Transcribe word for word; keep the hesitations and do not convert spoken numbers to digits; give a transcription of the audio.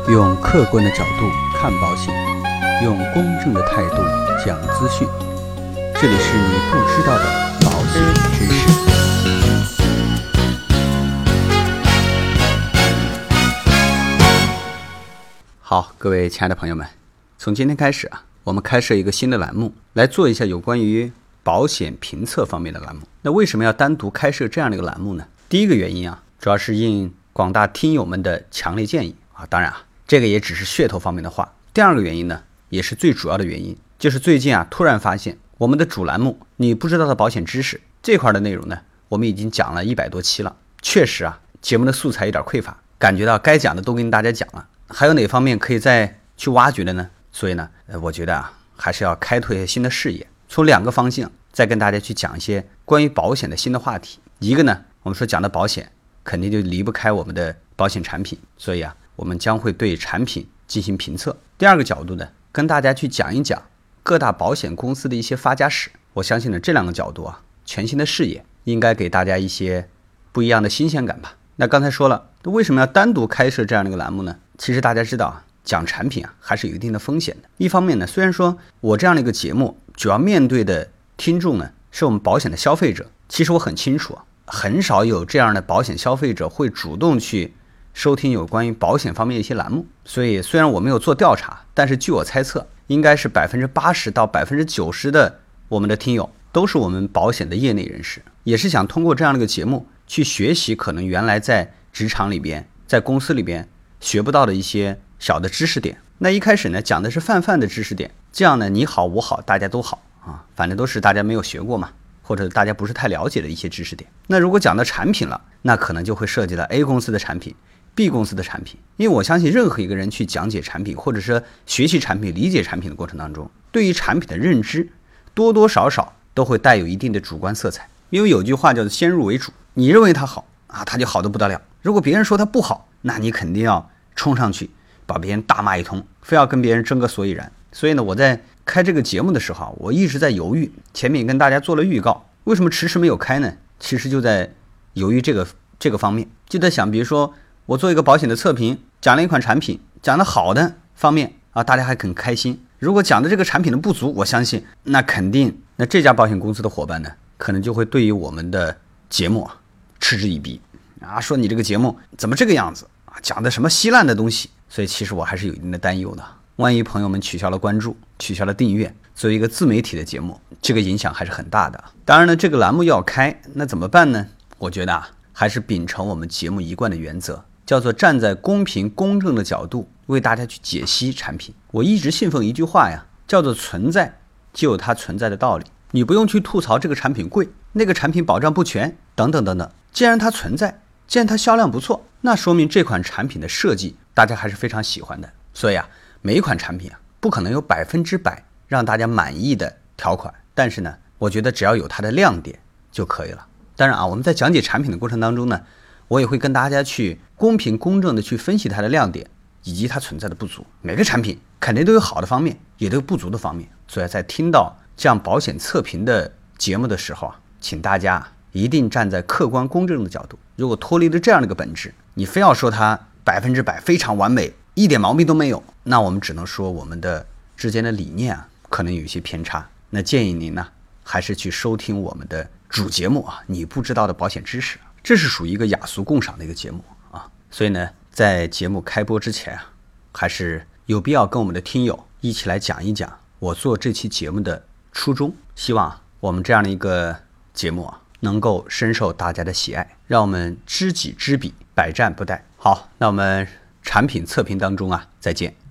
用客观的角度看保险，用公正的态度讲资讯。这里是你不知道的保险知识。好，各位亲爱的朋友们，从今天开始啊，我们开设一个新的栏目，来做一下有关于保险评测方面的栏目。那为什么要单独开设这样的一个栏目呢？第一个原因啊，主要是应广大听友们的强烈建议啊，当然啊，这个也只是噱头方面的话。第二个原因呢，也是最主要的原因，就是最近啊，突然发现我们的主栏目你不知道的保险知识这块的内容呢，我们已经讲了一百多期了。确实啊，节目的素材有点匮乏，感觉到该讲的都跟大家讲了，还有哪方面可以再去挖掘的呢？所以呢，呃，我觉得啊，还是要开拓一些新的视野，从两个方向再跟大家去讲一些关于保险的新的话题。一个呢，我们说讲的保险肯定就离不开我们的保险产品，所以啊，我们将会对产品进行评测。第二个角度呢，跟大家去讲一讲各大保险公司的一些发家史。我相信呢，这两个角度啊，全新的视野应该给大家一些不一样的新鲜感吧。那刚才说了，为什么要单独开设这样的一个栏目呢？其实大家知道啊，讲产品啊还是有一定的风险的。一方面呢，虽然说我这样的一个节目主要面对的听众呢是我们保险的消费者，其实我很清楚啊，很少有这样的保险消费者会主动去收听有关于保险方面的一些栏目。所以虽然我没有做调查，但是据我猜测，应该是百分之八十到百分之九十的我们的听友都是我们保险的业内人士，也是想通过这样的一个节目去学习可能原来在职场里边在公司里边学不到的一些小的知识点。那一开始呢，讲的是泛泛的知识点，这样呢，你好我好大家都好啊，反正都是大家没有学过嘛，或者大家不是太了解的一些知识点。那如果讲到产品了，那可能就会涉及到 A 公司的产品 B 公司的产品。因为我相信任何一个人去讲解产品，或者是学习产品理解产品的过程当中，对于产品的认知多多少少都会带有一定的主观色彩。因为有句话叫做先入为主，你认为它好啊，它就好得不得了。如果别人说它不好，那你肯定要冲上去把别人大骂一通，非要跟别人争个所以然。所以呢，我在开这个节目的时候，我一直在犹豫，前面跟大家做了预告，为什么迟迟没有开呢？其实就在犹豫这个这个方面，就在想，比如说我做一个保险的测评，讲了一款产品，讲的好的方面啊，大家还很开心。如果讲的这个产品的不足，我相信那肯定，那这家保险公司的伙伴呢，可能就会对于我们的节目啊嗤之以鼻啊，说你这个节目怎么这个样子啊，讲的什么稀烂的东西。所以其实我还是有一定的担忧的，万一朋友们取消了关注，取消了订阅，作为一个自媒体的节目，这个影响还是很大的。当然呢，这个栏目要开，那怎么办呢？我觉得啊，还是秉承我们节目一贯的原则，叫做站在公平公正的角度为大家去解析产品。我一直信奉一句话呀，叫做存在就有它存在的道理。你不用去吐槽这个产品贵，那个产品保障不全等等等等，既然它存在，既然它销量不错，那说明这款产品的设计大家还是非常喜欢的。所以啊，每一款产品啊，不可能有百分之百让大家满意的条款，但是呢，我觉得只要有它的亮点就可以了。当然啊，我们在讲解产品的过程当中呢，我也会跟大家去公平公正的去分析它的亮点以及它存在的不足。每个产品肯定都有好的方面，也都有不足的方面。所以在听到这样保险测评的节目的时候啊，请大家一定站在客观公正的角度。如果脱离了这样的一个本质，你非要说它百分之百非常完美，一点毛病都没有，那我们只能说我们的之间的理念啊，可能有一些偏差。那建议您呢，还是去收听我们的主节目啊，你不知道的保险知识，这是属于一个雅俗共赏的一个节目啊。所以呢，在节目开播之前啊，还是有必要跟我们的听友一起来讲一讲我做这期节目的初衷。希望我们这样的一个节目啊，能够深受大家的喜爱，让我们知己知彼，百战不殆。好，那我们产品测评当中啊，再见。